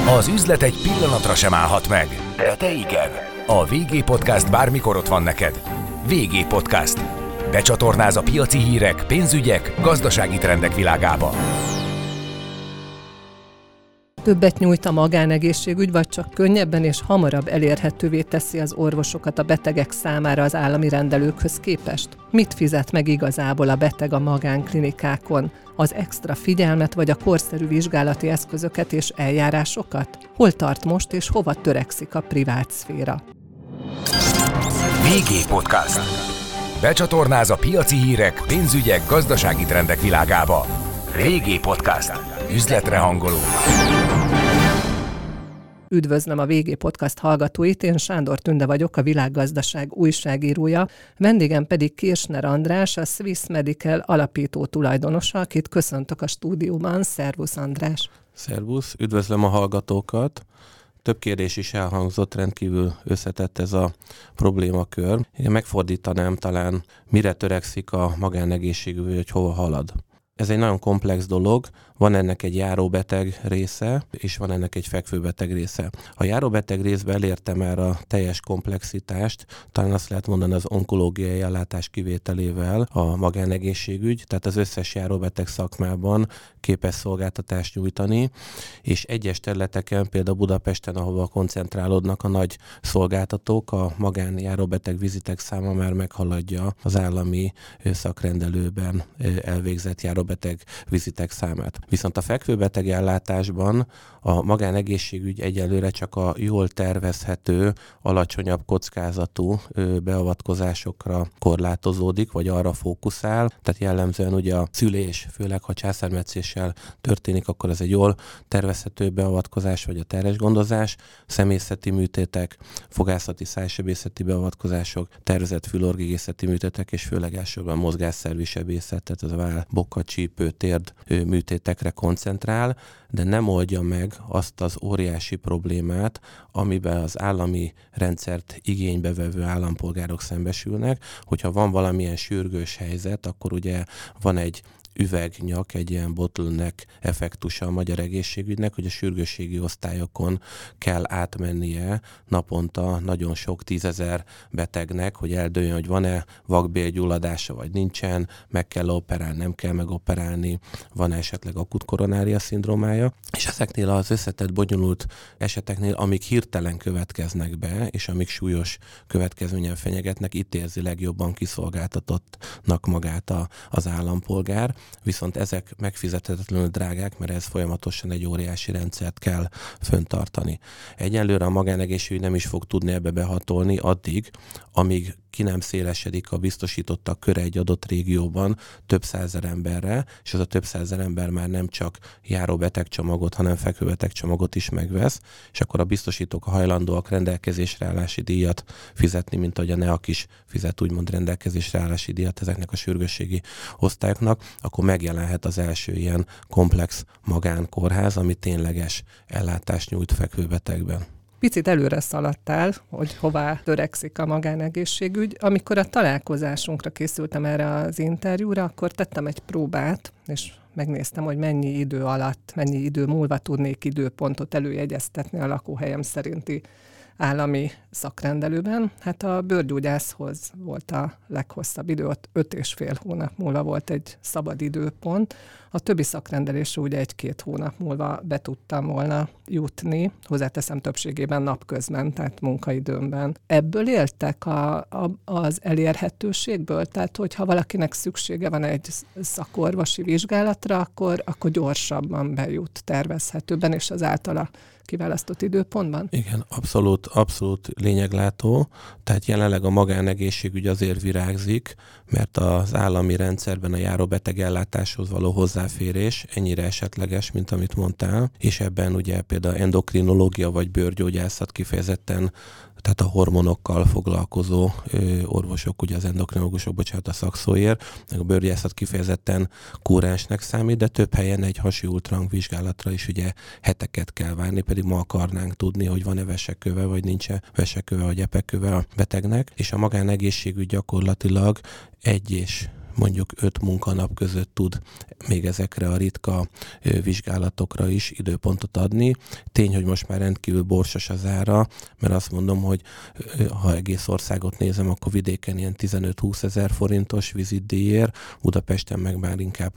Az üzlet egy pillanatra sem állhat meg, de te igen. A VG Podcast bármikor ott van neked. VG Podcast. Becsatornáz a piaci hírek, pénzügyek, gazdasági trendek világába. Többet nyújt a magánegészségügy, vagy csak könnyebben és hamarabb elérhetővé teszi az orvosokat a betegek számára az állami rendelőkhöz képest? Mit fizet meg igazából a beteg a magánklinikákon? Az extra figyelmet vagy a korszerű vizsgálati eszközöket és eljárásokat? Hol tart most és hova törekszik a privát szféra? VG Podcast. Becsatornáz a piaci hírek, pénzügyek, gazdasági trendek világába. VG Podcast. Üzletre hangoló. Üdvözlöm a VG Podcast hallgatóit, én Sándor Tünde vagyok, a Világgazdaság újságírója, vendégem pedig Kirchner András, a Swiss Medical alapító tulajdonosa, akit köszöntök a stúdióban. Szervusz András! Szervusz, üdvözlöm a hallgatókat! Több kérdés is elhangzott, rendkívül összetett ez a problémakör. Én megfordítanám talán, mire törekszik a magánegészségügy, hogy hova halad. Ez egy nagyon komplex dolog, van ennek egy járóbeteg része, és van ennek egy fekvőbeteg része. A járóbeteg részben elérte már a teljes komplexitást, talán azt lehet mondani az onkológiai ellátás kivételével a magánegészségügy, tehát az összes járóbeteg szakmában képes szolgáltatást nyújtani, és egyes területeken, például Budapesten, ahova koncentrálódnak a nagy szolgáltatók, a magánjáróbeteg vizitek száma már meghaladja az állami szakrendelőben elvégzett járóbeteg vizitek számát. Viszont a fekvőbeteg ellátásban a magánegészségügy egyelőre csak a jól tervezhető, alacsonyabb kockázatú beavatkozásokra korlátozódik, vagy arra fókuszál. Tehát jellemzően ugye a szülés, főleg ha császármetszéssel történik, akkor ez egy jól tervezhető beavatkozás, vagy a terhes gondozás, szemészeti műtétek, fogászati szájsebészeti beavatkozások, tervezett fülorgégészeti műtétek, és főleg elsősorban mozgásszervi sebészet, tehát az a váll, boka, csípő, térd műtétekre koncentrál, de nem oldja meg azt az óriási problémát, amiben az állami rendszert igénybe vevő állampolgárok szembesülnek, hogyha van valamilyen sürgős helyzet, akkor ugye van egy üvegnyak, egy ilyen bottleneck effektusa a magyar egészségügynek, hogy a sürgősségi osztályokon kell átmennie naponta nagyon sok 10 000 betegnek, hogy eldőljön, hogy van-e vakbélgyulladása, vagy nincsen, meg kell operálni, nem kell megoperálni, van esetleg akut koronária szindrómája. És ezeknél az összetett, bonyolult eseteknél, amik hirtelen következnek be, és amik súlyos következményen fenyegetnek, itt érzi legjobban kiszolgáltatottnak magát az állampolgár. Viszont ezek megfizethetetlenül drágák, mert ez folyamatosan egy óriási rendszert kell föntartani. Egyelőre a magánegészségügy nem is fog tudni ebbe behatolni addig, amíg ki nem szélesedik a biztosítottak köre egy adott régióban több százezer emberre, és az a több százezer ember már nem csak járó betegcsomagot, hanem fekvő betegcsomagot is megvesz, és akkor a biztosítók hajlandóak rendelkezésre állási díjat fizetni, mint ahogy a NEAK is fizet úgymond rendelkezésre állási díjat ezeknek a sürgősségi osztályoknak, akkor megjelenhet az első ilyen komplex magánkórház, ami tényleges ellátást nyújt fekvőbetegben. Picit előre szaladtál, hogy hová törekszik a magánegészségügy. Amikor a találkozásunkra készültem erre az interjúra, akkor tettem egy próbát, és megnéztem, hogy mennyi idő alatt, mennyi idő múlva tudnék időpontot előjegyeztetni a lakóhelyem szerinti állami szakrendelőben. Hát a bőrgyógyászhoz volt a leghosszabb idő, ott 5,5 hónap múlva volt egy szabad időpont. A többi szakrendelésre ugye 1-2 hónap múlva be tudtam volna jutni, hozzáteszem többségében napközben, tehát munkaidőmben. Ebből éltek az elérhetőségből? Tehát, hogyha valakinek szüksége van egy szakorvosi vizsgálatra, akkor gyorsabban bejut, tervezhetőben, és az általa kiválasztott időpontban? Igen, abszolút lényeglátó. Tehát jelenleg a magánegészségügy azért virágzik, mert az állami rendszerben a járóbeteg ellátáshoz való hozzáférés ennyire esetleges, mint amit mondtál, és ebben ugye például endokrinológia vagy bőrgyógyászat kifejezetten, tehát a hormonokkal foglalkozó orvosok, ugye az endokrinológusok, a szakszóért, meg a bőrgyógyászat kifejezetten kúrensnek számít, de több helyen egy hasi ultrahang vizsgálatra is ugye heteket kell várni, pedig ma akarnánk tudni, hogy van-e veseköve, vagy nincs-e veseköve, vagy epeköve a betegnek, és a magánegészségügy gyakorlatilag mondjuk 5 munkanap között tud még ezekre a ritka vizsgálatokra is időpontot adni. Tény, hogy most már rendkívül borsos az ára, mert azt mondom, hogy ha egész országot nézem, akkor vidéken ilyen 15-20 ezer forintos vizitdíjért, Budapesten meg már inkább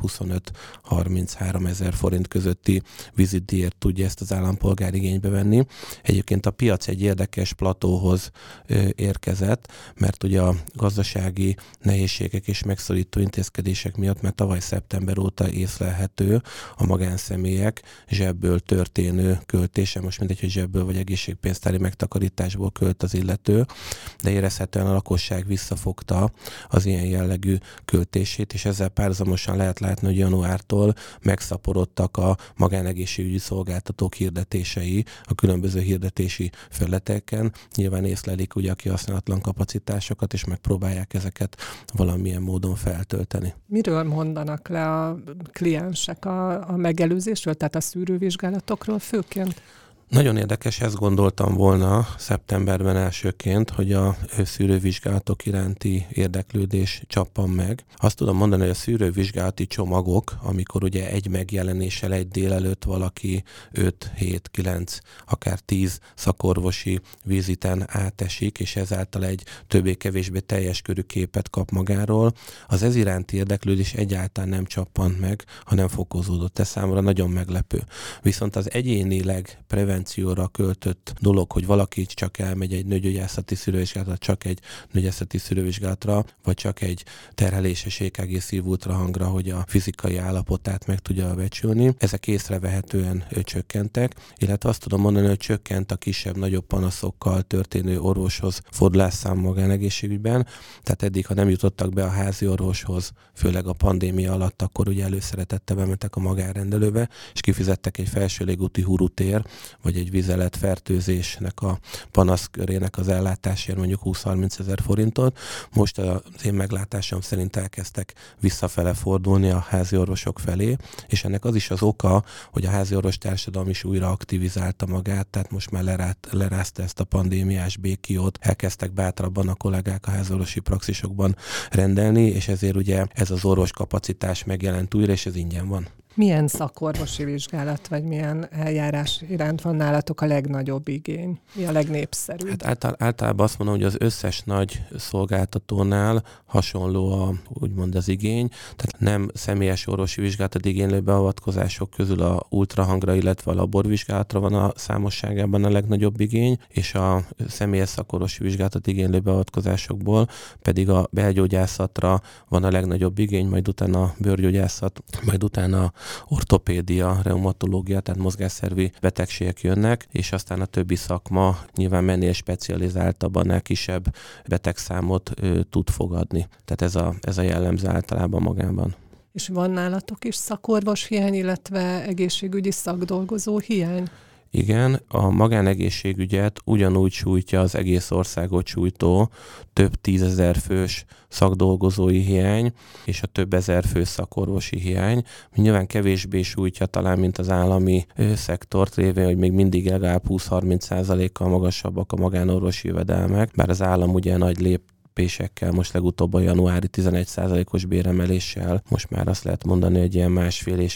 25-33 ezer forint közötti vizitdíjért tudja ezt az állampolgár igénybe venni. Egyébként a piac egy érdekes platóhoz érkezett, mert ugye a gazdasági nehézségek és megszorító intézkedések miatt már tavaly szeptember óta észlelhető a magánszemélyek zsebből történő költése, most mindegy, hogy zsebből vagy egészségpénztári megtakarításból költ az illető, de érezhetően a lakosság visszafogta az ilyen jellegű költését, és ezzel párhuzamosan lehet látni, hogy januártól megszaporodtak a magánegészségügyi szolgáltatók hirdetései a különböző hirdetési felületeken. Nyilván észlelik ugye a kihasználatlan kapacitásokat, és megpróbálják ezeket valamilyen módon feltölteni. Miről mondanak le a kliensek a megelőzésről, tehát a szűrővizsgálatokról főként? Nagyon érdekes, ezt gondoltam volna szeptemberben elsőként, hogy a szűrővizsgálatok iránti érdeklődés csappan meg. Azt tudom mondani, hogy a szűrővizsgálati csomagok, amikor ugye egy megjelenéssel egy délelőtt valaki 5, 7, 9, akár 10 szakorvosi viziten átesik, és ezáltal egy többé-kevésbé teljes körű képet kap magáról, az ez iránti érdeklődés egyáltalán nem csappant meg, hanem fokozódott. Ez számomra nagyon meglepő. Viszont az egyénileg prevencióra költött dolog, hogy valaki csak elmegy egy nőgyógyászati szűrővizsgálatra, csak egy nőgyógyászati szűrővizsgálatra, vagy csak egy terheléses EKG szívultrahangra, hogy a fizikai állapotát meg tudja becsülni. Ezek észrevehetően csökkentek, illetve azt tudom mondani, hogy csökkent a kisebb-nagyobb panaszokkal történő orvoshoz fordulásszám magánegészségügyben. Tehát eddig, ha nem jutottak be a házi orvoshoz, főleg a pandémia alatt, akkor ugye előszeretettel bementek a magánrendelőbe, és kifizettek egy felső légúti hurutér, vagy egy vizeletfertőzésnek a panaszkörének az ellátásért mondjuk 20-30 ezer forintot. Most az én meglátásom szerint elkezdtek visszafele fordulni a házi orvosok felé, és ennek az is az oka, hogy a házi orvos társadalom is újra aktivizálta magát, tehát most már lerázta ezt a pandémiás békiót, elkezdtek bátrabban a kollégák a háziorvosi praxisokban rendelni, és ezért ugye ez az orvoskapacitás megjelent újra, és ez ingyen van. Milyen szakorvosi vizsgálat, vagy milyen eljárás iránt van nálatok a legnagyobb igény? Mi a legnépszerűbb? Hát általában azt mondom, hogy az összes nagy szolgáltatónál hasonló úgymond az igény. Tehát nem személyes orvosi vizsgálatot igénylő beavatkozások közül a ultrahangra, illetve a laborvizsgálatra van a számosságában a legnagyobb igény, és a személyes szakorvosi vizsgálatot igénylő beavatkozásokból pedig a belgyógyászatra van a legnagyobb igény, majd utána a bőrgyógyászat, majd utána ortopédia, reumatológia, tehát mozgásszervi betegségek jönnek, és aztán a többi szakma nyilván mennél specializáltabb, annál kisebb betegszámot tud fogadni. Tehát ez a jellemző általában magában. És van nálatok is szakorvos hiány, illetve egészségügyi szakdolgozó hiány? Igen, a magánegészségügyet ugyanúgy sújtja az egész országot sújtó több 10 000 fős szakdolgozói hiány, és a több ezer fős szakorvosi hiány. Nyilván kevésbé sújtja talán, mint az állami szektort, révén, hogy még mindig legalább 20-30%-kal magasabbak a magánorvosi jövedelmek, bár az állam ugye nagy lépésekkel, most legutóbb a januári 11%-os béremeléssel, most már azt lehet mondani, hogy ilyen 1,5 és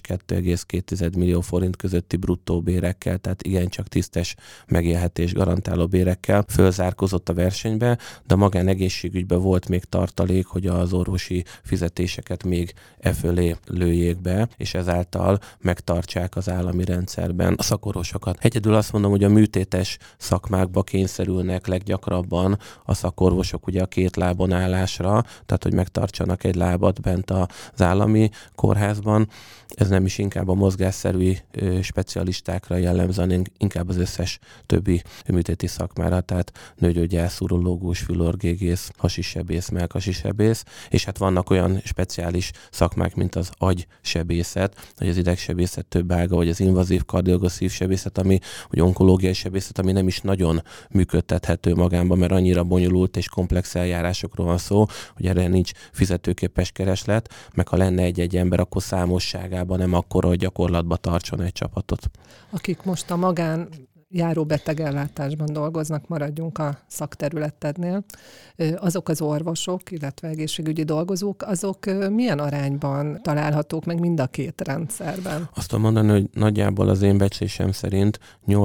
2,2 millió forint közötti bruttó bérekkel, tehát igencsak tisztes megélhetés garantáló bérekkel fölzárkozott a versenybe, de a magánegészségügyben volt még tartalék, hogy az orvosi fizetéseket még fölé lőjék be, és ezáltal megtartsák az állami rendszerben a szakorvosokat. Egyedül azt mondom, hogy a műtétes szakmákba kényszerülnek leggyakrabban a szakorvosok ugye a két lábon állásra, tehát hogy megtartsanak egy lábat bent az állami kórházban. Ez nem is inkább a mozgásszerű specialistákra jellemző, hanem inkább az összes többi műtéti szakmára, tehát nőgyógyász, urológus, fülorgégész, hasisebész, mellkasisebész, és hát vannak olyan speciális szakmák, mint az agysebészet, vagy az idegsebészet több ága, vagy az invazív kardiológiai sebészet, ami, vagy onkológiai sebészet, ami nem is nagyon működtethető magánban, mert annyira bonyolult és komplex eljárásokról van szó, hogy erre nincs fizetőképes kereslet, meg ha lenne egy ember, akkor számosságában nem akkora, hogy gyakorlatba tartson egy csapatot. Akik most a magán járóbetegellátásban dolgoznak, maradjunk a szakterületednél, azok az orvosok, illetve egészségügyi dolgozók, azok milyen arányban találhatók meg mind a két rendszerben? Azt tudom mondani, hogy nagyjából az én becslésem szerint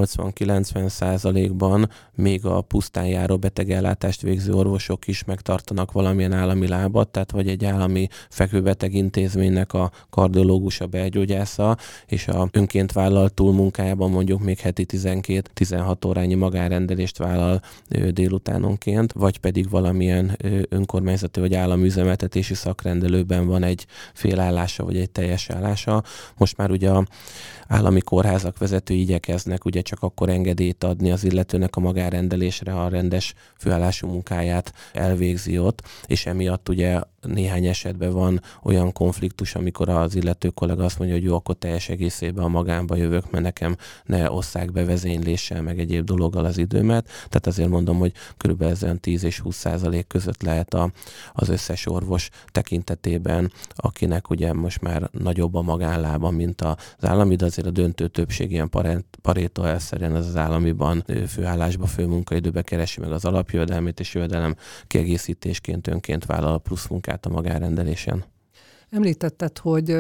80-90%-ban még a pusztán járó betegellátást végző orvosok is megtartanak valamilyen állami lábat, tehát vagy egy állami fekvőbeteg intézménynek a kardiológusa, belgyógyásza, és a önként vállalt túlmunkájában mondjuk még heti 12-16 órányi magánrendelést vállal délutánonként, vagy pedig valamilyen önkormányzati vagy állami üzemeltetési szakrendelőben van egy félállása vagy egy teljes állása. Most már ugye a állami kórházak vezetői igyekeznek ugye csak akkor engedélyt adni az illetőnek a magánrendelésre, ha a rendes főállású munkáját elvégzi ott, és emiatt ugye néhány esetben van olyan konfliktus, amikor az illető kollega azt mondja, hogy jó, akkor teljes egészében a magánba jövök, mert nekem ne osszák be vezényléssel, meg egyéb dologgal az időmet. Tehát azért mondom, hogy körülbelül ez olyan 10 és 20% között lehet az összes orvos tekintetében, akinek ugye most már nagyobb a magánlába, mint az állami, de azért a döntő többség ilyen Pareto elszerűen az államiban főállásba, főmunkaidőbe keresi meg az alapjövedelmét, és jövedelem kiegészítésként önként vállal a plusz munkát a magánrendelésen. Említetted, hogy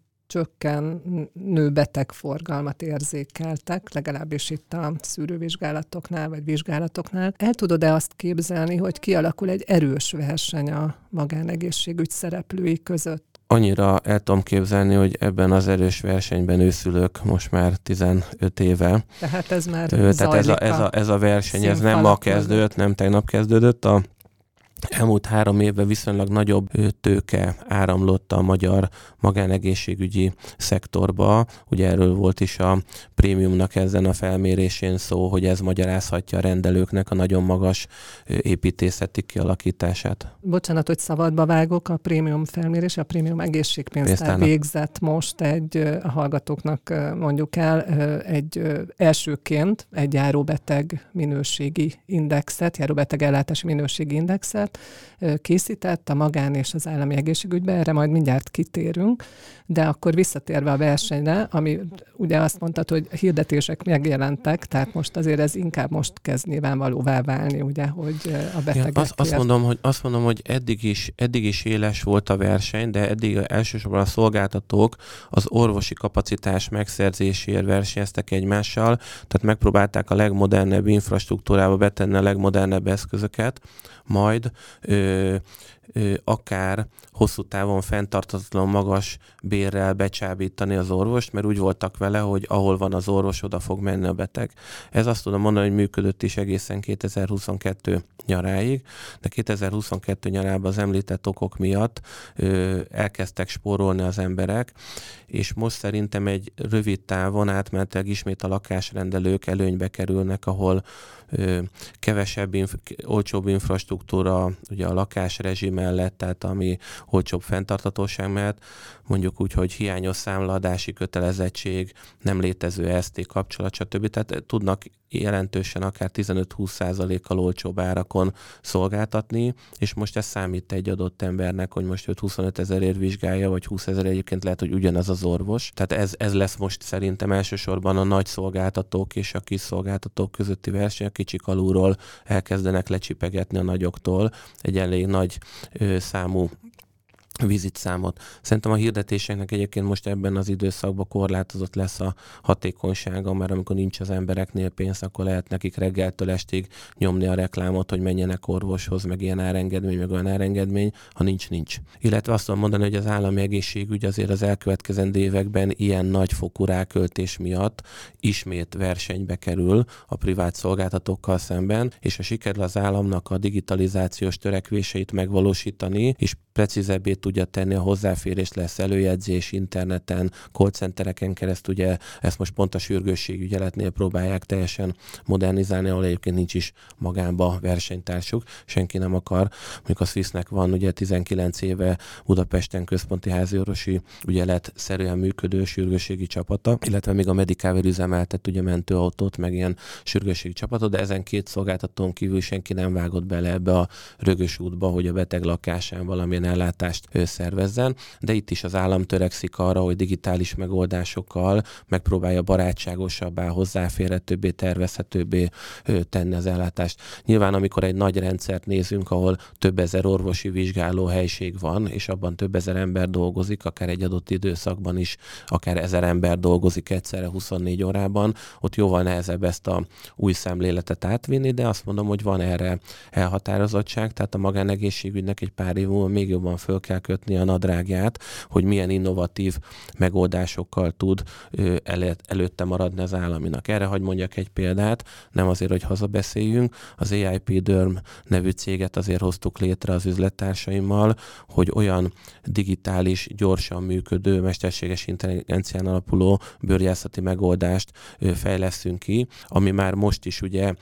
csökkenő betegforgalmat érzékeltek, legalábbis itt a szűrővizsgálatoknál vagy vizsgálatoknál. El tudod-e azt képzelni, hogy kialakul egy erős verseny a magánegészségügy szereplői között? Annyira el tudom képzelni, hogy ebben az erős versenyben őszülök most már 15 éve. Tehát ez már Tehát ez a verseny, ez nem ma kezdődött, nem tegnap kezdődött. A elmúlt 3 évben viszonylag nagyobb tőke áramlott a magyar magánegészségügyi szektorba. Ugye erről volt is a prémiumnak ezen a felmérésén szó, hogy ez magyarázhatja a rendelőknek a nagyon magas építészeti kialakítását. Bocsánat, hogy szabadba vágok, a prémium felmérés, a prémium egészségpénztár végzett most a hallgatóknak mondjuk el egy elsőként egy járóbeteg minőségi indexet, járóbeteg ellátási minőségi indexet készített a magán és az állami egészségügybe, erre majd mindjárt kitérünk, de akkor visszatérve a versenyre, ami ugye azt mondtad, hogy hirdetések megjelentek, tehát most azért ez inkább most kezd nyilvánvalóvá válni, ugye, hogy a betegekért... Azt mondom, hogy eddig is éles volt a verseny, de eddig elsősorban a szolgáltatók az orvosi kapacitás megszerzéséért versenyeztek egymással, tehát megpróbálták a legmodernebb infrastruktúrába betenni a legmodernebb eszközöket, majd akár hosszú távon fenntarthatatlan magas bérrel becsábítani az orvost, mert úgy voltak vele, hogy ahol van az orvos, oda fog menni a beteg. Ez azt tudom mondani, hogy működött is egészen 2022 nyaráig, de 2022 nyarában az említett okok miatt elkezdtek spórolni az emberek, és most szerintem egy rövid távon átmenetileg ismét a lakásrendelők előnybe kerülnek, ahol kevesebb, olcsóbb infrastruktúra, ugye a lakásrezsi mellett, tehát ami olcsóbb fenntarthatóság mellett, mondjuk úgy, hogy hiányos számlaadási kötelezettség, nem létező ESZT kapcsolat, stb. Tehát tudnak jelentősen akár 15-20%-kal olcsóbb árakon szolgáltatni, és most ez számít egy adott embernek, hogy most őt 25 000-ért vizsgálja, vagy 20 000 egyébként lehet, hogy ugyanaz az orvos. Tehát ez lesz most szerintem elsősorban a nagy szolgáltatók és a kis szolgáltatók közötti verseny, a kicsik alulról elkezdenek lecsipegetni a nagyoktól egy elég nagy számú vizitszámot. Szerintem a hirdetéseknek egyébként most ebben az időszakban korlátozott lesz a hatékonysága, mert amikor nincs az embereknél pénz, akkor lehet nekik reggeltől estig nyomni a reklámot, hogy menjenek orvoshoz, meg ilyen árengedmény, meg olyan árengedmény, ha nincs. Illetve azt tudom mondani, hogy az állami egészségügy azért az elkövetkezendő években ilyen nagyfokú ráköltés miatt ismét versenybe kerül a privát szolgáltatókkal szemben, és ha sikerül az államnak a digitalizációs törekvéseit megvalósítani, és precízebbé tudja tenni a hozzáférést, lesz előjegyzés interneten, call centereken keresztül, ugye ezt most pont a sürgősségügyeletnél próbálják teljesen modernizálni, ahol egyébként nincs is magánba versenytársuk, senki nem akar. Mondjuk a Swissnek van ugye 19 éve Budapesten központi háziorvosi ügyeletszerűen működő sürgősségi csapata, illetve még a Medicover üzemeltet ugye mentőautót, meg ilyen sürgősségi csapatot, de ezen két szolgáltatón kívül senki nem vágott bele ebbe a rögös útba, hogy a beteg lakásán valamilyen ilyen ellátást szervezzen, de itt is az állam törekszik arra, hogy digitális megoldásokkal megpróbálja barátságosabbá, hozzáférhetőbbé, tervezhetőbbé tenni az ellátást. Nyilván, amikor egy nagy rendszert nézünk, ahol több ezer orvosi vizsgáló helység van, és abban több ezer ember dolgozik, akár egy adott időszakban is, akár 1000 ember dolgozik egyszerre 24 órában, ott jóval nehezebb ezt a új szemléletet átvinni, de azt mondom, hogy van erre elhatározottság, tehát a magánegészségügynek egy pár év múlva még jobban föl kell kötni a nadrágját, hogy milyen innovatív megoldásokkal tud előtte maradni az államinak. Erre hadd mondjak egy példát, nem azért, hogy hazabeszéljünk, az AIP Derm nevű céget azért hoztuk létre az üzlettársaimmal, hogy olyan digitális, gyorsan működő, mesterséges intelligencián alapuló bőrgyászati megoldást fejlesztünk ki, ami már most is ugye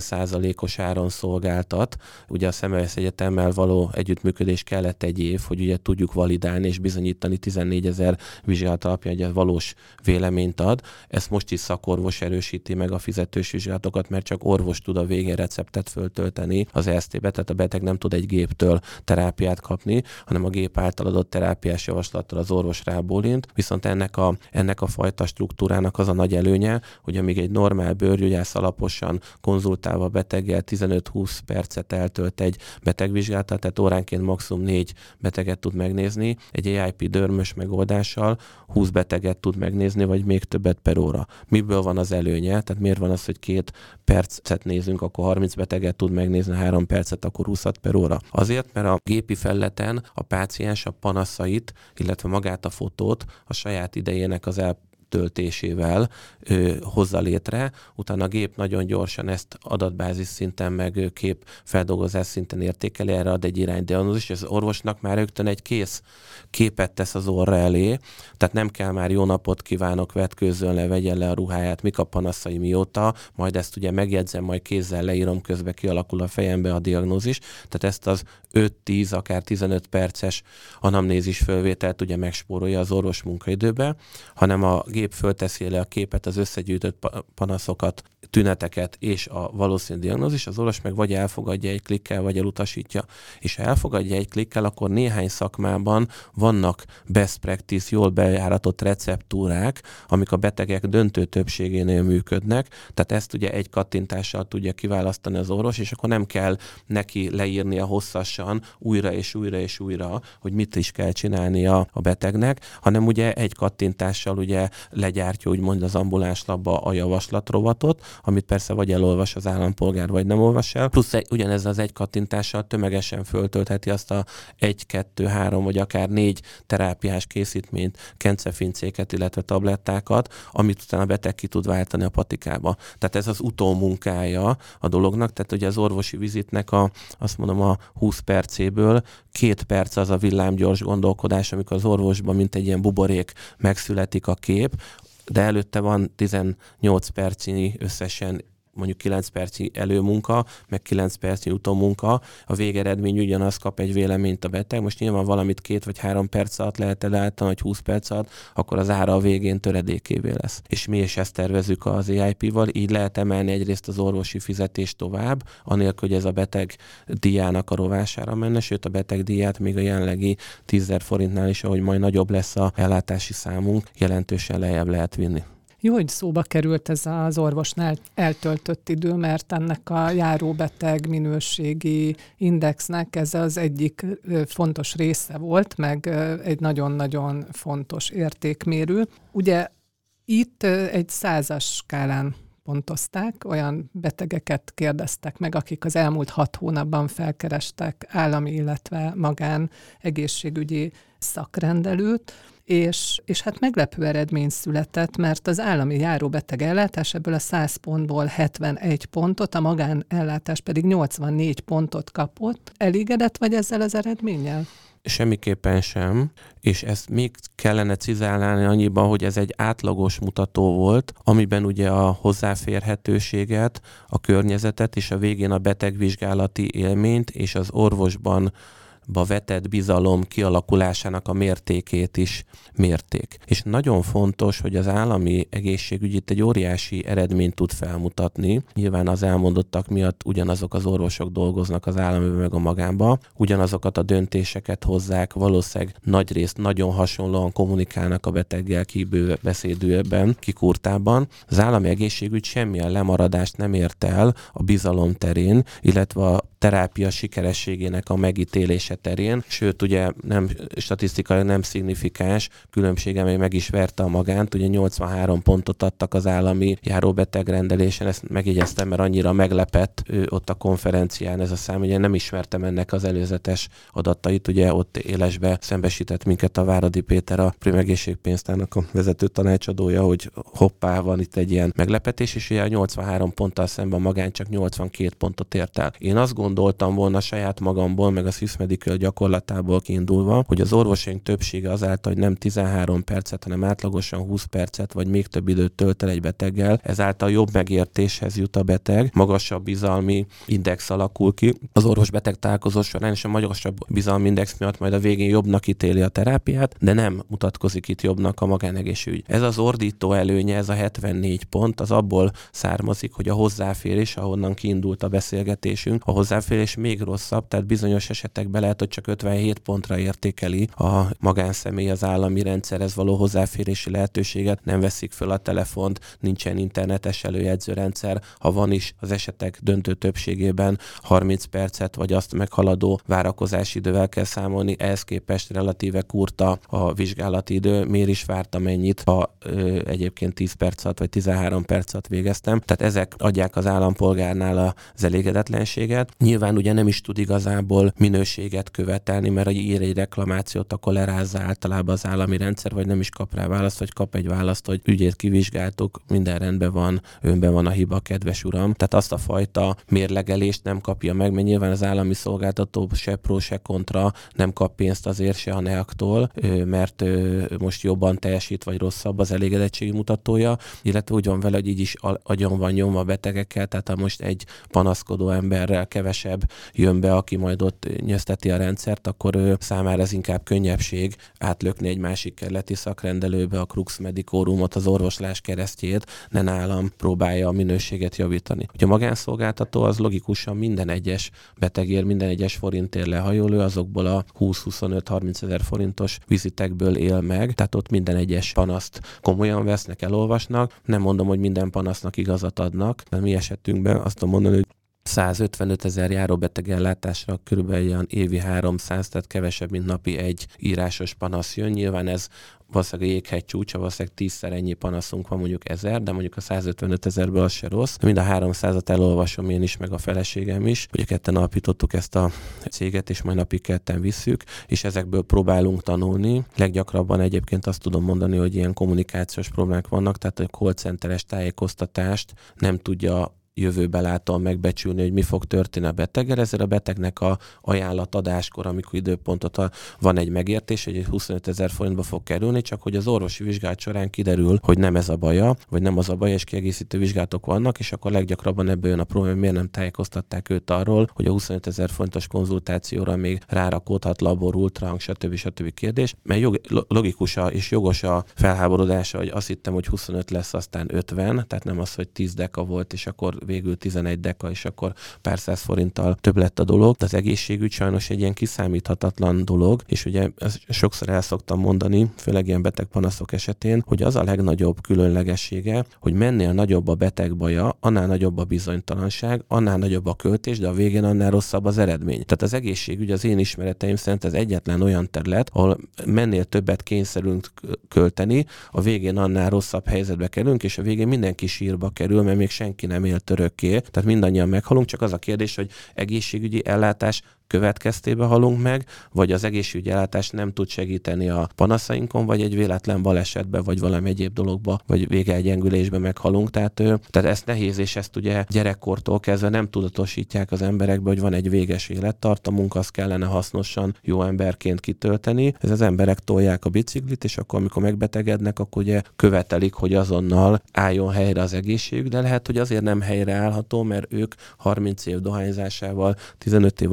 40%-os áron szolgáltat. Ugye a Semmelweis Egyetemmel való együttműködés kellett egy év, hogy ugye tudjuk validálni és bizonyítani 14 000 vizsgálat alapján, hogy a valós véleményt ad. Ezt most is szakorvos erősíti meg a fizetős vizsgálatokat, mert csak orvos tud a végén receptet föltölteni az ESZT-be, tehát a beteg nem tud egy géptől terápiát kapni, hanem a gép által adott terápiás javaslattal az orvos rábólint. Viszont ennek a fajta struktúrának az a nagy előnye, hogy amíg egy normál bőrgyógyász alaposan konzultálva a beteggel 15-20 percet eltölt egy betegvizsgálatát, tehát óránként maximum 4 beteget tud megnézni, egy AIP Derm-ös megoldással 20 beteget tud megnézni, vagy még többet per óra. Miből van az előnye? Tehát miért van az, hogy 2 percet nézünk, akkor 30 beteget tud megnézni, 3 percet, akkor 20 per óra? Azért, mert a gépi felületen a páciens a panaszait, illetve magát a fotót a saját idejének az töltésével hozza létre, utána a gép nagyon gyorsan ezt adatbázis szinten, meg képfeldolgozás szinten értékeli, erre ad egy iránydiagnózis, és az orvosnak már rögtön egy kész képet tesz az orra elé, tehát nem kell már jó napot kívánok, vetkőzzön le, vegyen le a ruháját, mik a panaszai mióta, majd ezt ugye megjegyzem, majd kézzel leírom, közben kialakul a fejembe a diagnózis, tehát ezt az 5-10, akár 15 perces anamnézis fölvételt ugye megspórolja az orvos munkaidőbe, hanem a gép fölteszi le a képet, az összegyűjtött panaszokat, tüneteket és a valószínű diagnózis, az orvos meg vagy elfogadja egy klikkel, vagy elutasítja. És ha elfogadja egy klikkel, akkor néhány szakmában vannak best practice, jól bejáratott receptúrák, amik a betegek döntő többségénél működnek, tehát ezt ugye egy kattintással tudja kiválasztani az orvos, és akkor nem kell neki leírnia hosszasan újra és újra és újra, hogy mit is kell csinálnia a betegnek, hanem ugye egy kattintással ugye legyártja úgymond az ambuláns labba a javaslatrovatot, amit persze vagy elolvas az állampolgár, vagy nem olvas el. Plusz ugyanezzel az egy kattintással tömegesen föltöltheti azt a 1, 2, 3 vagy akár 4 terápiás készítményt, kencefincéket, illetve tablettákat, amit utána a beteg ki tud váltani a patikába. Tehát ez az utómunkája a dolognak, tehát ugye az orvosi vizitnek azt mondom a 20 percéből 2 perc az a villámgyors gondolkodás, amikor az orvosban mint egy ilyen buborék megszületik a kép, de előtte van 18 percnyi összesen, mondjuk 9 percnyi előmunka, meg 9 percnyi utómunka, a végeredmény ugyanaz, kap egy véleményt a beteg. Most nyilván valamit 2 vagy 3 perc alatt lehet elállítani, vagy 20 perc alatt, akkor az ára a végén töredékévé lesz. És mi is ezt tervezzük az AIP-val, így lehet emelni egyrészt az orvosi fizetést tovább, anélkül, hogy ez a beteg díjának a rovására menne, sőt a beteg díját még a jelenlegi 10 000 forintnál is, ahogy majd nagyobb lesz a ellátási számunk, jelentősen lejjebb lehet vinni. Jó, hogy szóba került ez az orvosnál eltöltött idő, mert ennek a járóbeteg minőségi indexnek ez az egyik fontos része volt, meg egy nagyon-nagyon fontos értékmérő. Ugye itt egy 100-as skálán pontozták, olyan betegeket kérdeztek meg, akik az elmúlt 6 hónapban felkerestek állami, illetve magán egészségügyi szakrendelőt, és hát meglepő eredmény született, mert az állami járóbeteg ellátás ebből a 100 pontból 71 pontot, a magánellátás pedig 84 pontot kapott. Elégedett vagy ezzel az eredménnyel? Semmiképpen sem, és ezt még kellene cizálni annyiban, hogy ez egy átlagos mutató volt, amiben ugye a hozzáférhetőséget, a környezetet és a végén a betegvizsgálati élményt és az orvosban vetett bizalom kialakulásának a mértékét is mérték. És nagyon fontos, hogy az állami egészségügy itt egy óriási eredményt tud felmutatni. Nyilván az elmondottak miatt ugyanazok az orvosok dolgoznak az államiban meg a magánba, ugyanazokat a döntéseket hozzák, valószínűleg nagyrészt nagyon hasonlóan kommunikálnak a beteggel kibeszédűbben, kikurtában. Az állami egészségügy semmilyen lemaradást nem ért el a bizalom terén, illetve a terápia sikerességének a megítélése terén, sőt ugye nem statisztikailag nem szignifikáns különbsége, még meg is verte a magánt, ugye 83 pontot adtak az állami járóbetegrendelésen, ezt megjegyeztem, mert annyira meglepett ott a konferencián ez a szám, ugye nem ismertem ennek az előzetes adatait, ugye ott élesbe szembesített minket a Váradi Péter, a Prüm Egészségpénztárnak a vezető tanácsadója, hogy hoppá, van itt egy ilyen meglepetés, és ugye a 83 ponttal szemben magán csak 82 pontot ért el. Én azt gondoltam volna saját magamból, meg a Swiss Medical gyakorlatából kiindulva, hogy az orvosaink többsége azáltal, hogy nem 13 percet, hanem átlagosan 20 percet, vagy még több időt tölt el egy beteggel, ezáltal jobb megértéshez jut a beteg, magasabb bizalmi index alakul ki. Az orvos-beteg találkozó során és a magasabb bizalmi index miatt majd a végén jobbnak ítéli a terápiát, de nem mutatkozik itt jobbnak a magánegészségügy. Ez az ordító előnye, ez a 74 pont, az abból származik, hogy a hozzáférés, ahonnan kiindult a beszélgetésünk, a hozzáférés még rosszabb, tehát bizonyos esetekben lehet, hogy csak 57 pontra értékeli a magánszemély az állami rendszerhez való hozzáférési lehetőséget, nem veszik föl a telefont, nincsen internetes előjegyzőrendszer, ha van is, az esetek döntő többségében 30 percet vagy azt meghaladó várakozási idővel kell számolni, ehhez képest relatíve kurta a vizsgálati idő, miért is vártam ennyit, ha egyébként 10 perc alatt vagy 13 perc alatt végeztem. Tehát ezek adják az állampolgárnál az elégedetlenséget. Nyilván ugye nem is tud igazából minőséget követelni, mert ír egy reklamációt, akkor lerázza általában az állami rendszer, vagy nem is kap rá választ, vagy kap egy választ, hogy ügyét kivizsgáltuk, minden rendben van, önben van a hiba, kedves uram. Tehát azt a fajta mérlegelést nem kapja meg, mert nyilván az állami szolgáltató se pro, se kontra nem kap pénzt azért se a NEAK-tól, mert most jobban teljesít, vagy rosszabb az elégedettségi mutatója, illetve úgy van vele, hogy így is agyon van nyomva a betegekkel, tehát ha most egy panaszkodó emberrel kevesebb jön be, aki majd ott nyözteti a rendszert, akkor számára ez inkább könnyebbség átlökni egy másik kerületi szakrendelőbe a Crux Medicórumot, az orvoslás keresztjét, ne nálam próbálja a minőséget javítani. Ugye a magánszolgáltató az logikusan minden egyes betegért, minden egyes forintért lehajol, ő azokból a 20-25-30 ezer forintos vizitekből él meg, tehát ott minden egyes panaszt komolyan vesznek, elolvasnak. Nem mondom, hogy minden panasznak igazat adnak, de mi esetünkben azt tudom mondani, hogy 155 ezer járóbeteg ellátásra körülbelül ilyen évi 300, tehát kevesebb, mint napi egy írásos panasz jön. Nyilván ez valószínűleg a jéghegy csúcsa, valószínűleg 10-szer ennyi panaszunk van, mondjuk 1000, de mondjuk a 155 ezerből az se rossz. Mind a 300-at elolvasom én is, meg a feleségem is. Ugye ketten alapítottuk ezt a céget, és majd napig ketten visszük, és ezekből próbálunk tanulni. Leggyakrabban egyébként azt tudom mondani, hogy ilyen kommunikációs problémák vannak, tehát a call centeres tájékoztatást nem tudja jövőbelátóan megbecsülni, hogy mi fog történni a beteggel. Ezért a betegnek a ajánlatadáskor, amikor időpontot van egy megértés, hogy 25 ezer forintba fog kerülni, csak hogy az orvosi vizsgálat során kiderül, hogy nem ez a baja, vagy nem az a baja, és kiegészítő vizsgálatok vannak, és akkor leggyakrabban ebből jön a probléma, hogy miért nem tájékoztatták őt arról, hogy a 25 ezer forintos konzultációra még rárakódhat labor, ultrahang, stb. Kérdés, mert logikus és jogos a felháborodása, hogy azt hittem, hogy 25 lesz, aztán 50, tehát nem az, hogy 10 deka volt, és akkor végül 11 deka, és akkor pár száz forinttal több lett a dolog. De az egészségügy sajnos egy ilyen kiszámíthatatlan dolog, és ugye sokszor el szoktam mondani, főleg ilyen betegpanaszok esetén, hogy az a legnagyobb különlegessége, hogy mennél nagyobb a beteg baja, annál nagyobb a bizonytalanság, annál nagyobb a költés, de a végén annál rosszabb az eredmény. Tehát az egészségügy az én ismereteim szerint ez egyetlen olyan terület, ahol mennél többet kényszerülünk költeni, a végén annál rosszabb helyzetbe kerülünk, és a végén mindenki sírba kerül, mert még senki nem élt örökké, tehát mindannyian meghalunk, csak az a kérdés, hogy egészségügyi ellátás következtében halunk meg, vagy az egészségügyi ellátás nem tud segíteni a panaszainkon, vagy egy véletlen balesetben, vagy valami egyéb dologba, vagy végelgyengülésben meghalunk. Tehát ezt nehéz, és ezt ugye gyerekkortól kezdve nem tudatosítják az emberekbe, hogy van egy véges élettartamunk, azt kellene hasznosan, jó emberként kitölteni. Ez az emberek tolják a biciklit, és akkor, amikor megbetegednek, akkor ugye követelik, hogy azonnal álljon helyre az egészségük, de lehet, hogy azért nem helyreállható, mert ők 30 év dohányzásával, 15 év alkoholizmussal,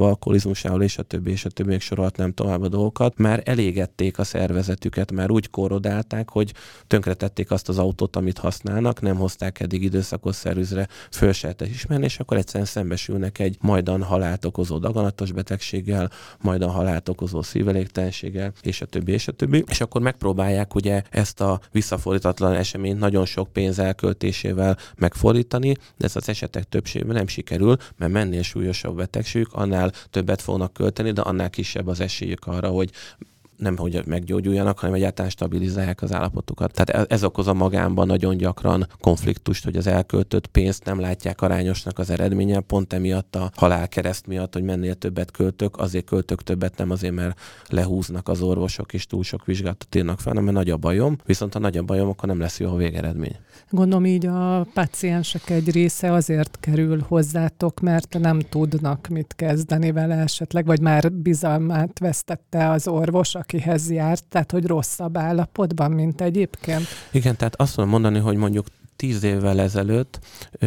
metabolizmusával, és a többi, még sorolhatnám tovább a dolgokat, már elégették a szervezetüket, már úgy korrodálták, hogy tönkretették azt az autót, amit használnak, nem hozták eddig időszakos szervizre, föl se lehet ismerni, és akkor egyszerűen szembesülnek egy majdan halált okozó daganatos betegséggel, majdan halált okozó szívelégtelenséggel, és a többi. És akkor megpróbálják ugye ezt a visszafordítatlan eseményt nagyon sok pénz elköltésével megfordítani, de ez az esetek többségében nem sikerül, mert mennél súlyosabb betegségük, annál többet fognak költeni, de annál kisebb az esélyük arra, hogy nem hogy meggyógyuljanak, hanem egyáltalán stabilizálják az állapotukat. Tehát ez okoz a magánban nagyon gyakran konfliktust, hogy az elköltött pénzt nem látják arányosnak az eredménye, pont emiatt a halálkereszt miatt, hogy mennél többet költök, azért költök többet, nem azért, mert lehúznak az orvosok és túl sok vizsgálatot írnak fel, hanem mert nagy a bajom, viszont ha nagy a bajom, akkor nem lesz jó a végeredmény. Gondolom így a páciensek egy része azért kerül hozzátok, mert nem tudnak mit kezdeni vele esetleg, vagy már bizalmát vesztette az orvos, akihez járt, tehát hogy rosszabb állapotban, mint egyébként? Igen, tehát azt tudom mondani, hogy mondjuk 10 évvel ezelőtt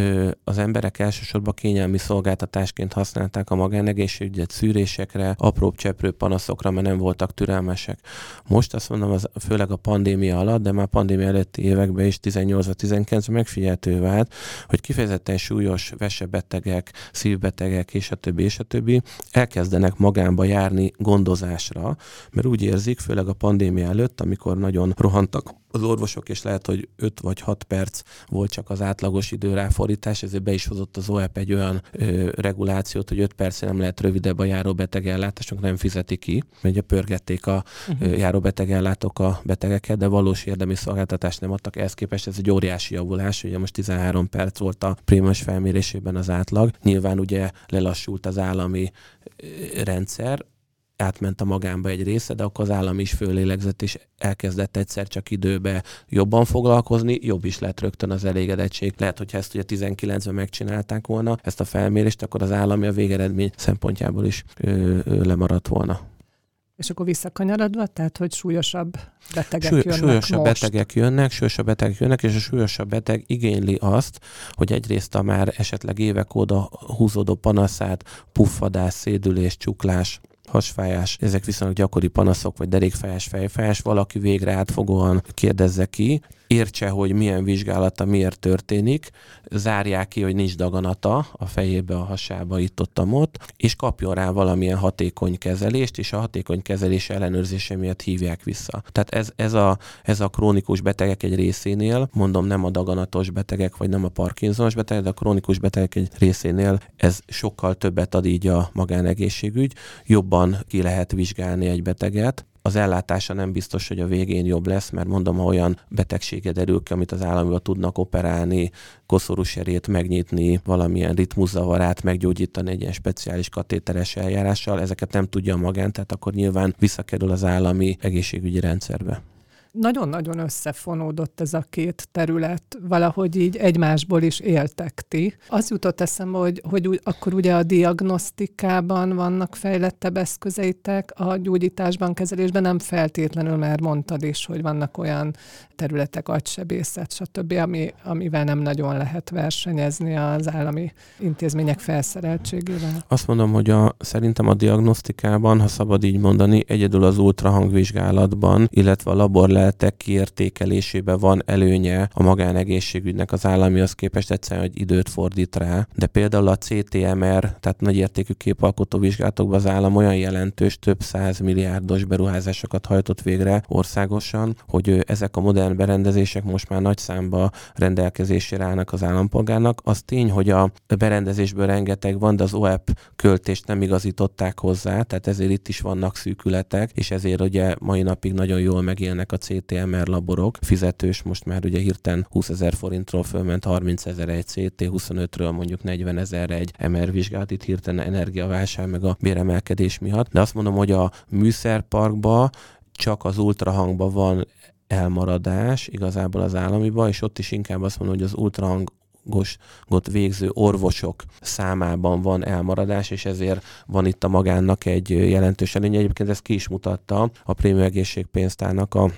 az emberek elsősorban kényelmi szolgáltatásként használták a magánegészségügyet szűrésekre, apróbb cseprő panaszokra, mert nem voltak türelmesek. Most azt mondom, főleg a pandémia alatt, de már pandémia előtti években is 18-19 megfigyelhető vált, hogy kifejezetten súlyos vesebetegek, szívbetegek és a többi elkezdenek magánba járni gondozásra, mert úgy érzik, főleg a pandémia előtt, amikor nagyon rohantak az orvosok, és lehet, hogy 5 vagy 6 perc volt csak az átlagos időráfordítás, ezért be is hozott az OEP egy olyan regulációt, hogy 5 percre nem lehet rövidebb a járóbetegellátásunk, nem fizeti ki, mert ugye pörgették a járóbetegellátók a betegeket, de valós érdemi szolgáltatást nem adtak. Ehhez képest ez egy óriási javulás, ugye most 13 perc volt a prémiumos felmérésében az átlag. Nyilván ugye lelassult az állami rendszer, átment a magánba egy része, de akkor az állam is föllélegzett, és elkezdett egyszer csak időbe jobban foglalkozni, jobb is lett rögtön az elégedettség. Lehet, hogyha ezt ugye 19-ben megcsinálták volna, ezt a felmérést, akkor az állami a végeredmény szempontjából is lemaradt volna. És akkor visszakanyarodva, tehát, hogy súlyosabb betegek jönnek súlyosabb betegek jönnek, és a súlyosabb beteg igényli azt, hogy egyrészt a már esetleg évek óta húzódó panaszát, puffadás, szédülés, csuklás, hasfájás, ezek viszonylag gyakori panaszok, vagy derékfájás, fejfájás, valaki végre átfogóan kérdezze ki, értse, hogy milyen vizsgálata miért történik, zárják ki, hogy nincs daganata a fejébe, a hasába, itt-ott, és kapjon rá valamilyen hatékony kezelést, és a hatékony kezelés ellenőrzése miatt hívják vissza. Tehát ez a krónikus betegek egy részénél, mondom, nem a daganatos betegek, vagy nem a parkinsonos betegek, de a krónikus betegek egy részénél ez sokkal többet ad így a magánegészségügy, jobban ki lehet vizsgálni egy beteget. Az ellátása nem biztos, hogy a végén jobb lesz, mert mondom, ha olyan betegsége derül ki, amit az államiban tudnak operálni, koszorúserét megnyitni, valamilyen ritmuszavarát meggyógyítani egy ilyen speciális katéteres eljárással, ezeket nem tudja a magán, tehát akkor nyilván visszakerül az állami egészségügyi rendszerbe. Nagyon-nagyon összefonódott ez a két terület, valahogy így egymásból is éltek ti. Az jutott eszembe, hogy akkor ugye a diagnosztikában vannak fejlettebb eszközeitek, a gyógyításban, kezelésben nem feltétlenül, mert mondtad is, hogy vannak olyan területek, agysebészet, stb., amivel nem nagyon lehet versenyezni az állami intézmények felszereltségével. Azt mondom, hogy szerintem a diagnosztikában, ha szabad így mondani, egyedül az ultrahangvizsgálatban, illetve a laborleletek kiértékelésében van előnye a magánegészségügynek az államihoz képest, egyszerűen, hogy időt fordít rá. De például a CT/MR, tehát nagyértékű képalkotó vizsgálatokban az állam olyan jelentős, több 100 milliárdos beruházásokat hajtott végre országosan, hogy ezek a modern berendezések most már nagy számba rendelkezésére állnak az állampolgárnak. Az tény, hogy a berendezésből rengeteg van, de az OEP költést nem igazították hozzá, tehát ezért itt is vannak szűkületek, és ezért ugye mai napig nagyon jól megélnek a CT/MR laborok. Fizetős, most már ugye hirtelen 20 000 forintról fölment 30 000 egy CT, 25-ről mondjuk 40 000 egy MR vizsgálat, itt hirtelen energiaválság meg a béremelkedés miatt. De azt mondom, hogy a műszerparkban csak az ultrahangban van elmaradás igazából az államiba, és ott is inkább azt mondom, hogy az ultrahangot végző orvosok számában van elmaradás, és ezért van itt a magánnak egy jelentős előnye. Egyébként ezt ki is mutatta a Prémium Egészségpénztárnak a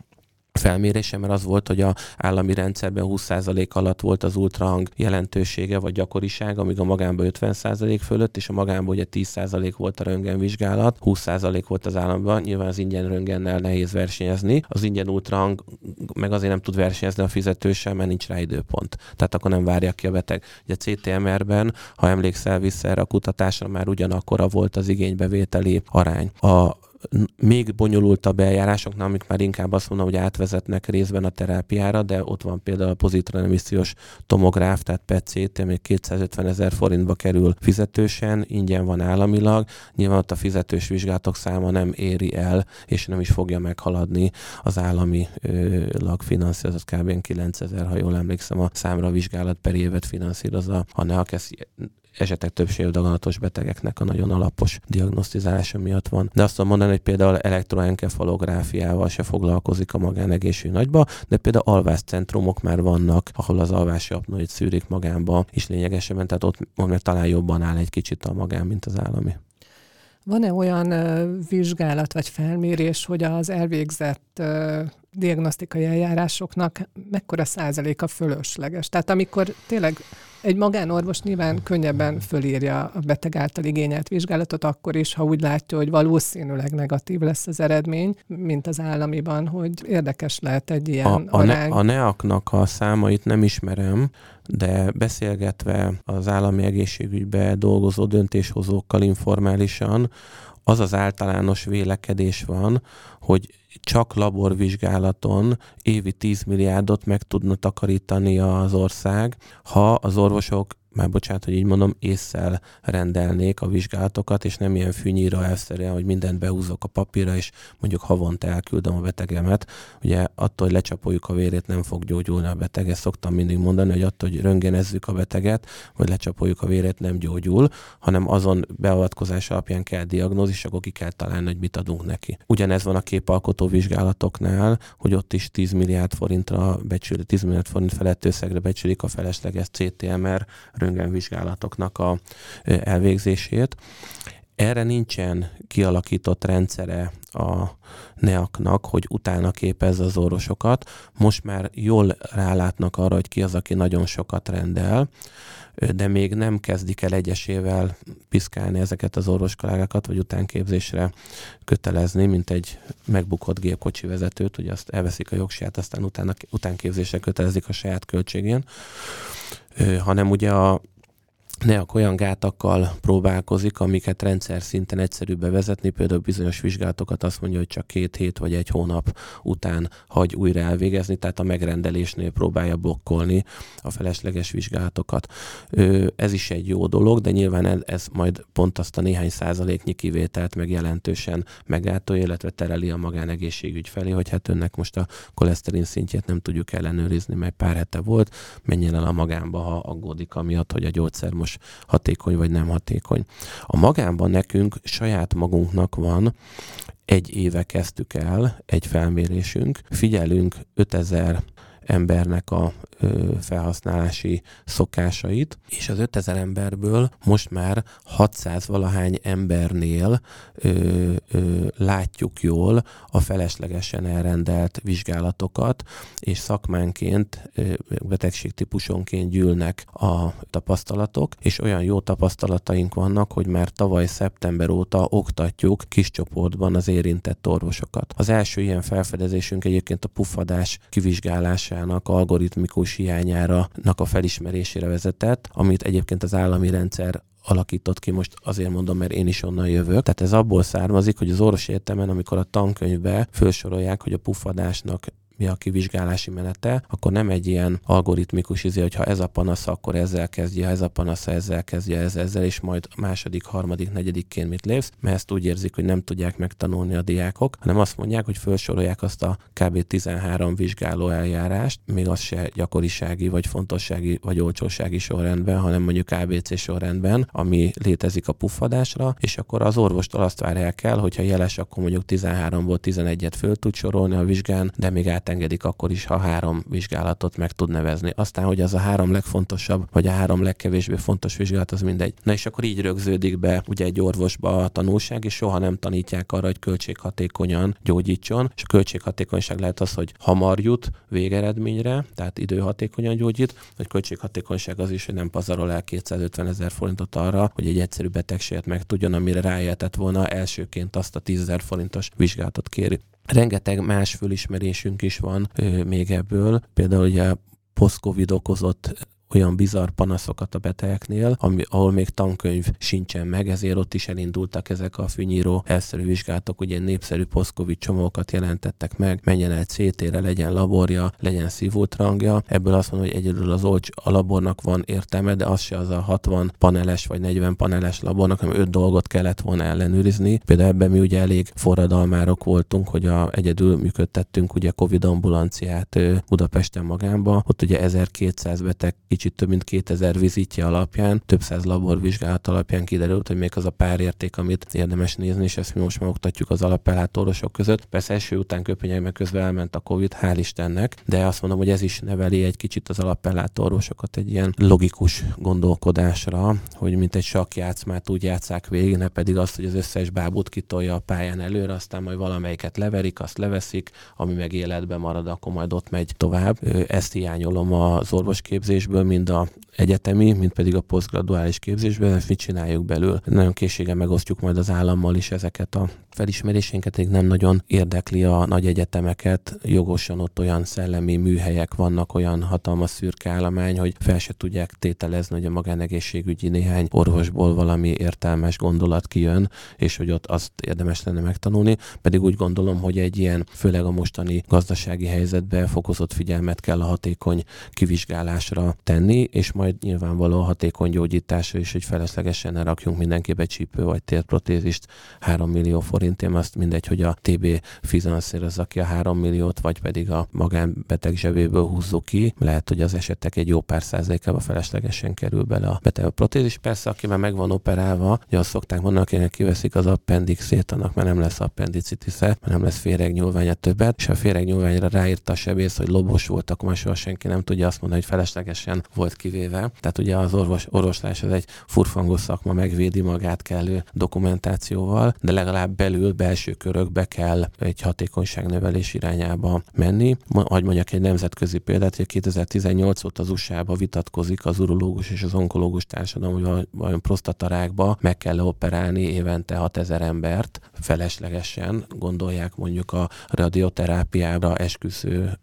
felmérése, mert az volt, hogy az állami rendszerben 20% alatt volt az ultrahang jelentősége vagy gyakorisága, amíg a magánban 50% fölött, és a magánban ugye 10% volt a röntgenvizsgálat, 20% volt az államban. Nyilván az ingyen röntgennel nehéz versenyezni. Az ingyen ultrahang meg azért nem tud versenyezni a fizetőssel, mert nincs rá időpont. Tehát akkor nem várja ki a beteg. Ugye a CTMR-ben, ha emlékszel vissza erre a kutatásra, már ugyanakkora volt az igénybevételi arány. A még bonyolultabb eljárásoknál, amik már inkább azt mondom, hogy átvezetnek részben a terápiára, de ott van például a pozitron emissziós tomográf, tehát PET-CT, ami 250 000 forintba kerül fizetősen, ingyen van államilag. Nyilván ott a fizetős vizsgálatok száma nem éri el, és nem is fogja meghaladni az államilag finanszírozott kb. 9000, ha jól emlékszem, a számra a vizsgálat per évet finanszírozza a NEAK. Esetek többsége daganatos betegeknek a nagyon alapos diagnosztizálása miatt van. De azt tudom mondani, hogy például elektroenkefalográfiával se foglalkozik a magánegészségügy nagyba, de például alváscentrumok már vannak, ahol az alvási apnoid szűrik magánba is lényegesen, tehát ott meg talán jobban áll egy kicsit a magán, mint az állami. Van-e olyan vizsgálat vagy felmérés, hogy az elvégzett diagnosztikai eljárásoknak mekkora százaléka fölösleges? Tehát amikor tényleg egy magánorvos nyilván könnyebben fölírja a beteg által igényelt vizsgálatot, akkor is, ha úgy látja, hogy valószínűleg negatív lesz az eredmény, mint az államiban, hogy érdekes lehet egy ilyen arány. A NEAK-nak a számait nem ismerem, de beszélgetve az állami egészségügybe dolgozó döntéshozókkal informálisan, az általános vélekedés van, hogy csak laborvizsgálaton évi 10 milliárdot meg tudna takarítani az ország, ha az orvosok, már bocsánat, hogy így mondom, ésszel rendelnék a vizsgálatokat, és nem ilyen fűnyíra elszerűen, hogy mindent behúzok a papírra, és mondjuk havonta elküldöm a betegemet. Ugye attól, hogy lecsapoljuk a vérét, nem fog gyógyulni a beteg. Ezt szoktam mindig mondani, hogy attól, hogy röntgenezzük a beteget, vagy lecsapoljuk a vérét, nem gyógyul, hanem azon beavatkozás alapján kell diagnózis, akkor ki kell találni, hogy mit adunk neki. Ugyanez van a képalkotó vizsgálatoknál, hogy ott is 10 milliárd forintra becsülik, 10 milliárd forint felett összegre becsülik a felesleges CTMR röntgenvizsgálatoknak a elvégzését. Erre nincsen kialakított rendszere a NEAK-nak, hogy utána képezze az orvosokat. Most már jól rálátnak arra, hogy ki az, aki nagyon sokat rendel, de még nem kezdik el egyesével piszkálni ezeket az orvoskollégákat, vagy utánképzésre kötelezni, mint egy megbukott gépkocsi vezetőt, hogy azt elveszik a jogsiját, aztán utánképzésre kötelezik a saját költségén, hanem ugye a NEAK olyan gátakkal próbálkozik, amiket rendszer szinten egyszerűbb bevezetni, például bizonyos vizsgálatokat azt mondja, hogy csak 2 hét vagy 1 hónap után hagy újra elvégezni, tehát a megrendelésnél próbálja blokkolni a felesleges vizsgálatokat. Ez is egy jó dolog, de nyilván ez majd pont azt a néhány százaléknyi kivételt meg jelentősen meggátolja, illetve tereli a magánegészségügy felé, hogy hát önnek most a koleszterin szintjét nem tudjuk ellenőrizni, mert pár hete volt, menjen el a magánba, ha aggódik amiatt, hogy a gyógyszer most hatékony vagy nem hatékony. A magánban nekünk saját magunknak van, 1 éve kezdtük el egy felmérésünk, figyelünk 5000 embernek a felhasználási szokásait, és az 5000 emberből most már 600 valahány embernél látjuk jól a feleslegesen elrendelt vizsgálatokat, és szakmánként, betegségtípusonként gyűlnek a tapasztalatok, és olyan jó tapasztalataink vannak, hogy már tavaly szeptember óta oktatjuk kis csoportban az érintett orvosokat. Az első ilyen felfedezésünk egyébként a puffadás kivizsgálásának algoritmikus hiányának a felismerésére vezetett, amit egyébként az állami rendszer alakított ki, most azért mondom, mert én is onnan jövök. Tehát ez abból származik, hogy az orvosi egyetemen, amikor a tankönyvbe felsorolják, hogy a puffadásnak mi a kivizsgálási menete, akkor nem egy ilyen algoritmikus hogy ha ez a panasz, akkor ezzel kezdje, ha ez a panasz, ezzel kezdje, ezzel, és majd második, harmadik, negyedikként mit lépsz, mert ezt úgy érzik, hogy nem tudják megtanulni a diákok, hanem azt mondják, hogy felsorolják azt a kb. 13 vizsgáló eljárást, még az se gyakorisági, vagy fontossági, vagy olcsósági sorrendben, hanem mondjuk ABC sorrendben, ami létezik a puffadásra, és akkor az orvostól azt várják el, hogyha jeles, akkor mondjuk 13-ból 11-et föl tud sorolni a vizsgán, de még át engedik akkor is, ha 3 vizsgálatot meg tud nevezni. Aztán, hogy az a 3 legfontosabb, vagy a 3 legkevésbé fontos vizsgálat, az mindegy. Na és akkor így rögződik be ugye egy orvosba a tanulság, és soha nem tanítják arra, hogy költséghatékonyan gyógyítson, és a költséghatékonyság lehet az, hogy hamar jut végeredményre, tehát időhatékonyan gyógyít, vagy költséghatékonyság az is, hogy nem pazarol el 250 000 forintot arra, hogy egy egyszerű betegséget megtudjon, amire rájöhetett volna elsőként azt a 10 000 forintos vizsgálatot kéri. Rengeteg más fölismerésünk is van még ebből, például ugye post-covid okozott olyan bizarr panaszokat a betegeknél, ahol még tankönyv sincsen meg, ezért ott is elindultak ezek a fűnyíró elszerű vizsgálatok, ugye népszerű post-covid csomókat jelentettek meg, menjen el CT-re, legyen laborja, legyen szívótrangja. Ebből azt mondom, hogy egyedül a labornak van értelme, de az se az a 60 paneles vagy 40 paneles labornak, hanem 5 dolgot kellett volna ellenőrizni. Például ebben mi ugye elég forradalmárok voltunk, hogy egyedül működtettünk ugye Covid ambulanciát Budapesten magánba. Ott ugye 1200 beteg, kicsit több mint 2000 vizitje alapján, több száz laborvizsgálat alapján kiderült, hogy még az a párérték, amit érdemes nézni, és ezt mi most megoktatjuk az alapellátóorvosok között. Persze eső után Köpönyegben közben elment a Covid, hál' Istennek, de azt mondom, hogy ez is neveli egy kicsit az alapellátóorvosokat egy ilyen logikus gondolkodásra, hogy mint egy sakkjátszmát úgy játsszák végig, ne pedig azt, hogy az összes bábút kitolja a pályán előre, aztán majd valamelyiket leverik, azt leveszik, ami meg életben marad, akkor majd ott megy tovább. Ezt hiányolom az orvosképzésből, mind a egyetemi, mint pedig a posztgraduális képzésben, ezt mit csináljuk belül. Nagyon készséggel megosztjuk majd az állammal is ezeket a felismerésénket, még nem nagyon érdekli a nagy egyetemeket. Jogosan ott olyan szellemi műhelyek vannak, olyan hatalmas szürke állomány, hogy fel se tudják tételezni, hogy a magánegészségügyi néhány orvosból valami értelmes gondolat kijön, és hogy ott azt érdemes lenne megtanulni. Pedig úgy gondolom, hogy egy ilyen, főleg a mostani gazdasági helyzetben fokozott figyelmet kell a hatékony kivizsgálásra tenni, és majd nyilvánvaló hatékony gyógyításra is, hogy feleslegesen ne rakjunk mindenkibe csípő vagy térprotézist 3 millió forintért, azt mindegy, hogy a TB finanszírozza ki a 3 milliót, vagy pedig a magánbeteg zsebéből húzzuk ki. Lehet, hogy az esetek egy jó pár százalékába feleslegesen kerül bele a beteg protézis. Persze, aki már meg van operálva, ugye azt szokták mondani, akinek kiveszik az appendixét, annak már nem lesz appendicitisze, mert nem lesz féregnyúlványa többet, és a féregnyúlványra ráírta a sebész, hogy lobos volt, akkor már soha senki nem tudja azt mondani, hogy feleslegesen volt kivéve. Tehát ugye az orvoslás az egy furfangos szakma, megvédi magát kellő dokumentációval, de legalább belül, belső körökbe kell egy hatékonyságnövelés irányába menni. Hogy mondjak egy nemzetközi példát, hogy 2018 óta az USA-ba vitatkozik az urológus és az onkológus társadalom, hogy vajon prostatarákba meg kell operálni évente 6000 embert, feleslegesen gondolják mondjuk a radioterápiára esküsző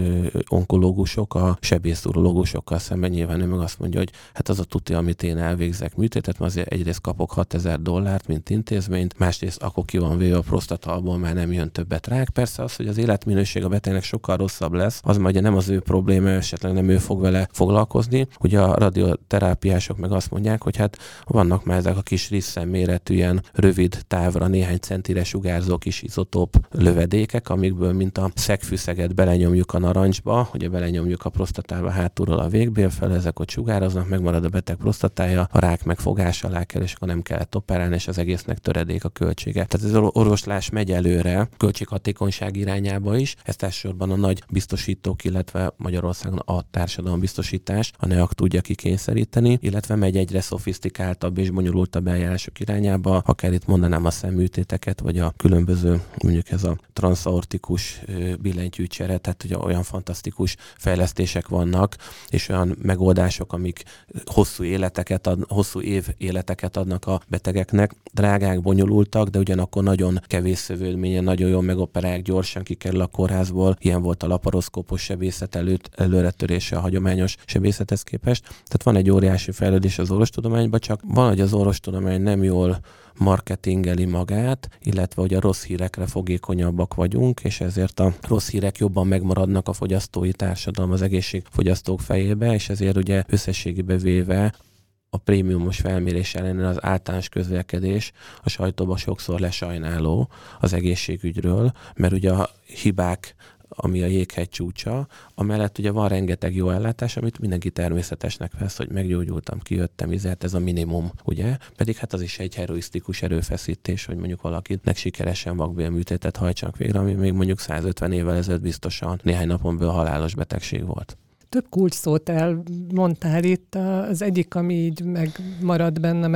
onkológusok a sebész urológusokkal szemben. Nyilván ő meg azt mondja, hogy hát az a tuti, amit én elvégzek műtétet, mert azért egyrészt kapok $6000, mint intézményt, másrészt akkor ki van véve a prostatalból, már nem jön többet rák. Persze az, hogy az életminőség a betegnek sokkal rosszabb lesz, az majd nem az ő probléma, esetleg nem ő fog vele foglalkozni. Ugye a radioterápiások meg azt mondják, hogy hát vannak már ezek a kis rizszemméretű ilyen rövid távra néhány centire sugárzó kis izotóp lövedékek, amikből mint a szegfűszeget belenyomjuk a narancsba, ugye belenyomjuk a prostatába hátulról a végbél fel, ezek ott sugároznak, megmarad a beteg prostatája, a rák megfogás alá kell, és akkor nem kellett operálni, és az egésznek töredék a költsége. Tehát az orvoslás megy előre költséghatékonyság irányába is, ezt elsősorban a nagy biztosítók, illetve Magyarországon a társadalombiztosítás, a NEAK tudja kikényszeríteni, illetve megy egyre szofisztikáltabb és bonyolultabb eljárások irányába, akár itt mondanám a szemműtéteket, vagy a különböző, mondjuk ez a transzaortikus billentyűcsere, tehát ugye olyan fantasztikus fejlesztések vannak, és olyan megoldások, amik hosszú év életeket adnak a betegeknek. Drágák, bonyolultak, de ugyanakkor nagyon kevés szövődményen, nagyon jól megoperálják, gyorsan kikerül a kórházból. Ilyen volt a laparoszkópos sebészet előretörése a hagyományos sebészethez képest. Tehát van egy óriási fejlődés az orvostudományban, csak valahogy az orvostudomány nem jól marketingeli magát, illetve hogy a rossz hírekre fogékonyabbak vagyunk, és ezért a rossz hírek jobban megmaradnak a fogyasztói társadalom, az egészségfogyasztók fejébe, és ezért ugye összességében véve a prémiumos felmérés ellenére az általános közvélekedés a sajtóban sokszor lesajnáló az egészségügyről, mert ugye a hibák ami a jéghegy csúcsa, amellett ugye van rengeteg jó ellátás, amit mindenki természetesnek vesz, hogy meggyógyultam, kijöttem, ez a minimum, ugye? Pedig hát az is egy heroisztikus erőfeszítés, hogy mondjuk valakinek sikeresen vakbélműtétet hajtsanak végre, ami még mondjuk 150 évvel ezelőtt biztosan néhány napon belül halálos betegség volt. Több kulcsszót elmondtál itt. Az egyik, ami így megmarad bennem,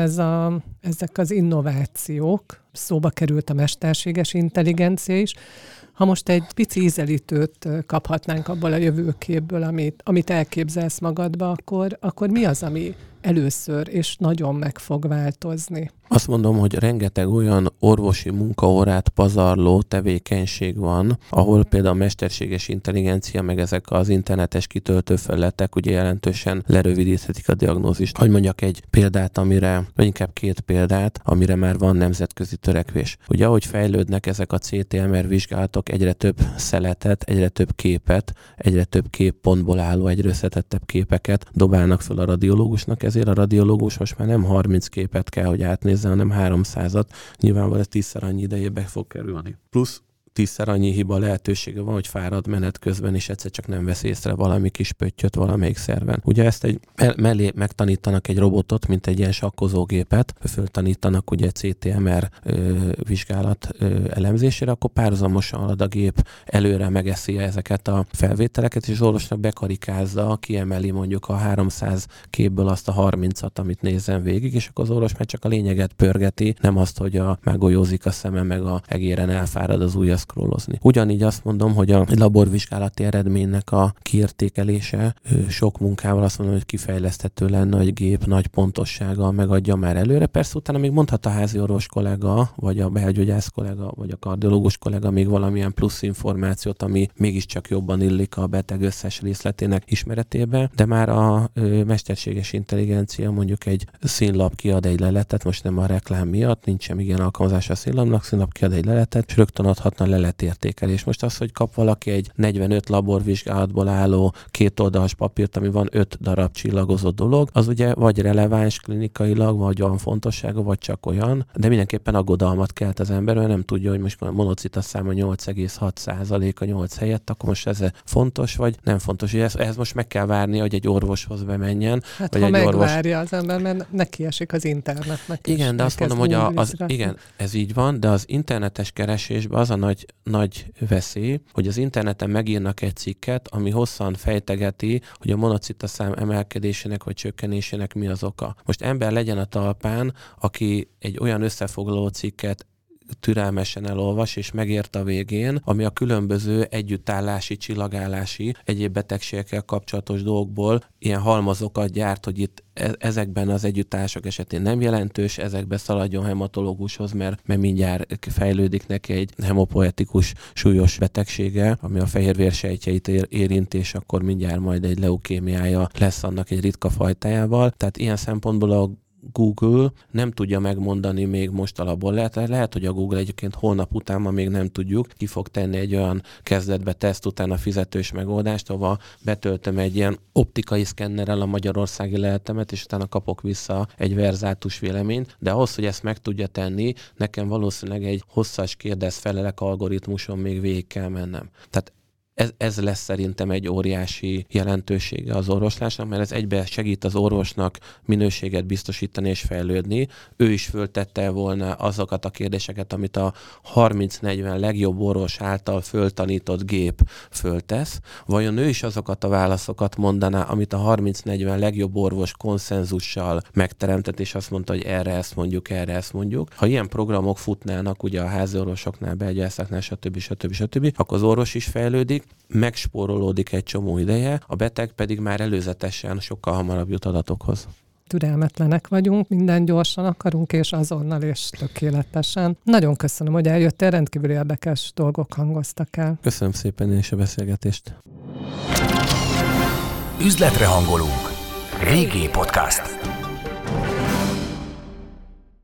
ezek az innovációk. Szóba került a mesterséges intelligencia is. Ha most egy pici ízelítőt kaphatnánk abból a jövőképből, amit elképzelsz magadba, akkor mi az, ami először és nagyon meg fog változni? Azt mondom, hogy rengeteg olyan orvosi munkaórát pazarló tevékenység van, ahol például a mesterséges intelligencia, meg ezek az internetes kitöltőfelületek ugye jelentősen lerövidíthetik a diagnózist. Hogy mondjak egy példát, vagy inkább 2 példát, amire már van nemzetközi törekvés. Ugye ahogy fejlődnek ezek a CT/MR vizsgálatok, egyre több szeletet, egyre több képet, egyre több képpontból álló, egyre összetettebb képeket dobálnak fel a radiológusnak, ezért a radiológus most már nem 30 képet kell, hogy átnézze, hanem 300-at. Nyilvánvalóan ez 10-szer annyi idejébe fog kerülni. Plusz 10-szer annyi hiba lehetősége van, hogy fárad menet közben, és egyszer csak nem vesz észre valami kis pöttyöt valamelyik szerven. Ugye ezt mellé megtanítanak egy robotot, mint egy ilyen sakkozógépet, föltanítanak ugye CT/MR vizsgálat elemzésére, akkor párhuzamosan halad a gép előre, megeszi ezeket a felvételeket, és az orvosnak bekarikázza, kiemeli mondjuk a 300 képből azt a 30-at, amit nézzen végig, és akkor az orvos már csak a lényeget pörgeti, nem azt, hogy mágoljózik a szeme, meg a egéren elfárad az ujja scrollozni. Ugyanígy azt mondom, hogy a laborvizsgálati eredménynek a kiértékelése sok munkával azt mondom, hogy kifejleszthető lenne, hogy gép nagy pontossággal megadja már előre. Persze utána még mondhat a háziorvos kollega, vagy a belgyógyász kollega, vagy a kardiológus kollega még valamilyen plusz információt, ami mégiscsak jobban illik a beteg összes részletének ismeretébe, de már a mesterséges intelligencia mondjuk egy színlap kiad egy leletet, most nem a reklám miatt, nincs sem igen alkalmazása a színlap kiad egy leletet, és rögtön adhatna leletértékelés. Most az, hogy kap valaki egy 45 laborvizsgálatból álló 2 oldalas papírt, ami van 5 darab csillagozott dolog, az ugye vagy releváns klinikailag, vagy olyan fontossága, vagy csak olyan, de mindenképpen aggodalmat kelt az ember, mert nem tudja, hogy most a monocitas száma 8,6% a 8 helyett, akkor most ez fontos, vagy nem fontos. Ehhez most meg kell várni, hogy egy orvoshoz bemenjen. Hát vagy ha egy megvárja az ember, mert neki esik az internetnek. Igen, de azt mondom, hogy igen, ez így van, de az internetes keresésben az a nagy veszély, hogy az interneten megírnak egy cikket, ami hosszan fejtegeti, hogy a monocitas szám emelkedésének vagy csökkenésének mi az oka. Most ember legyen a talpán, aki egy olyan összefoglaló cikket türelmesen elolvas, és megért a végén, ami a különböző együttállási, csillagállási, egyéb betegségekkel kapcsolatos dolgokból ilyen halmazokat gyárt, hogy itt ezekben az együttállások esetén nem jelentős, ezekbe szaladjon hematológushoz, mert mindjárt fejlődik neki egy hemopoetikus súlyos betegsége, ami a fehérvérsejtjeit érinti, és akkor mindjárt majd egy leukémiája lesz annak egy ritka fajtájával. Tehát ilyen szempontból a Google nem tudja megmondani még most alapból. Lehet, hogy a Google egyébként holnap után, ma még nem tudjuk, ki fog tenni egy olyan kezdetbe teszt után a fizetős megoldást, ahova betöltöm egy ilyen optikai szkennerrel a magyarországi leletemet, és utána kapok vissza egy verzátus véleményt, de ahhoz, hogy ezt meg tudja tenni, nekem valószínűleg egy hosszas kérdez-felelek algoritmuson még végig kell mennem. Tehát ez lesz szerintem egy óriási jelentősége az orvoslásnak, mert ez egybe segít az orvosnak minőséget biztosítani és fejlődni. Ő is föltette volna azokat a kérdéseket, amit a 30-40 legjobb orvos által föltanított gép föltesz. Vajon ő is azokat a válaszokat mondaná, amit a 30-40 legjobb orvos konszenzussal megteremtett, és azt mondta, hogy erre ezt mondjuk. Ha ilyen programok futnának ugye a háziorvosoknál, belgyógyászaknál, stb., akkor az orvos is fejlődik, megspórolódik egy csomó ideje, a beteg pedig már előzetesen sokkal hamarabb jut adatokhoz. Türelmetlenek vagyunk, minden gyorsan akarunk, és azonnal, és tökéletesen. Nagyon köszönöm, hogy eljöttél, rendkívül érdekes dolgok hangoztak el. Köszönöm szépen én is a beszélgetést. Üzletre hangolunk. VG Podcast.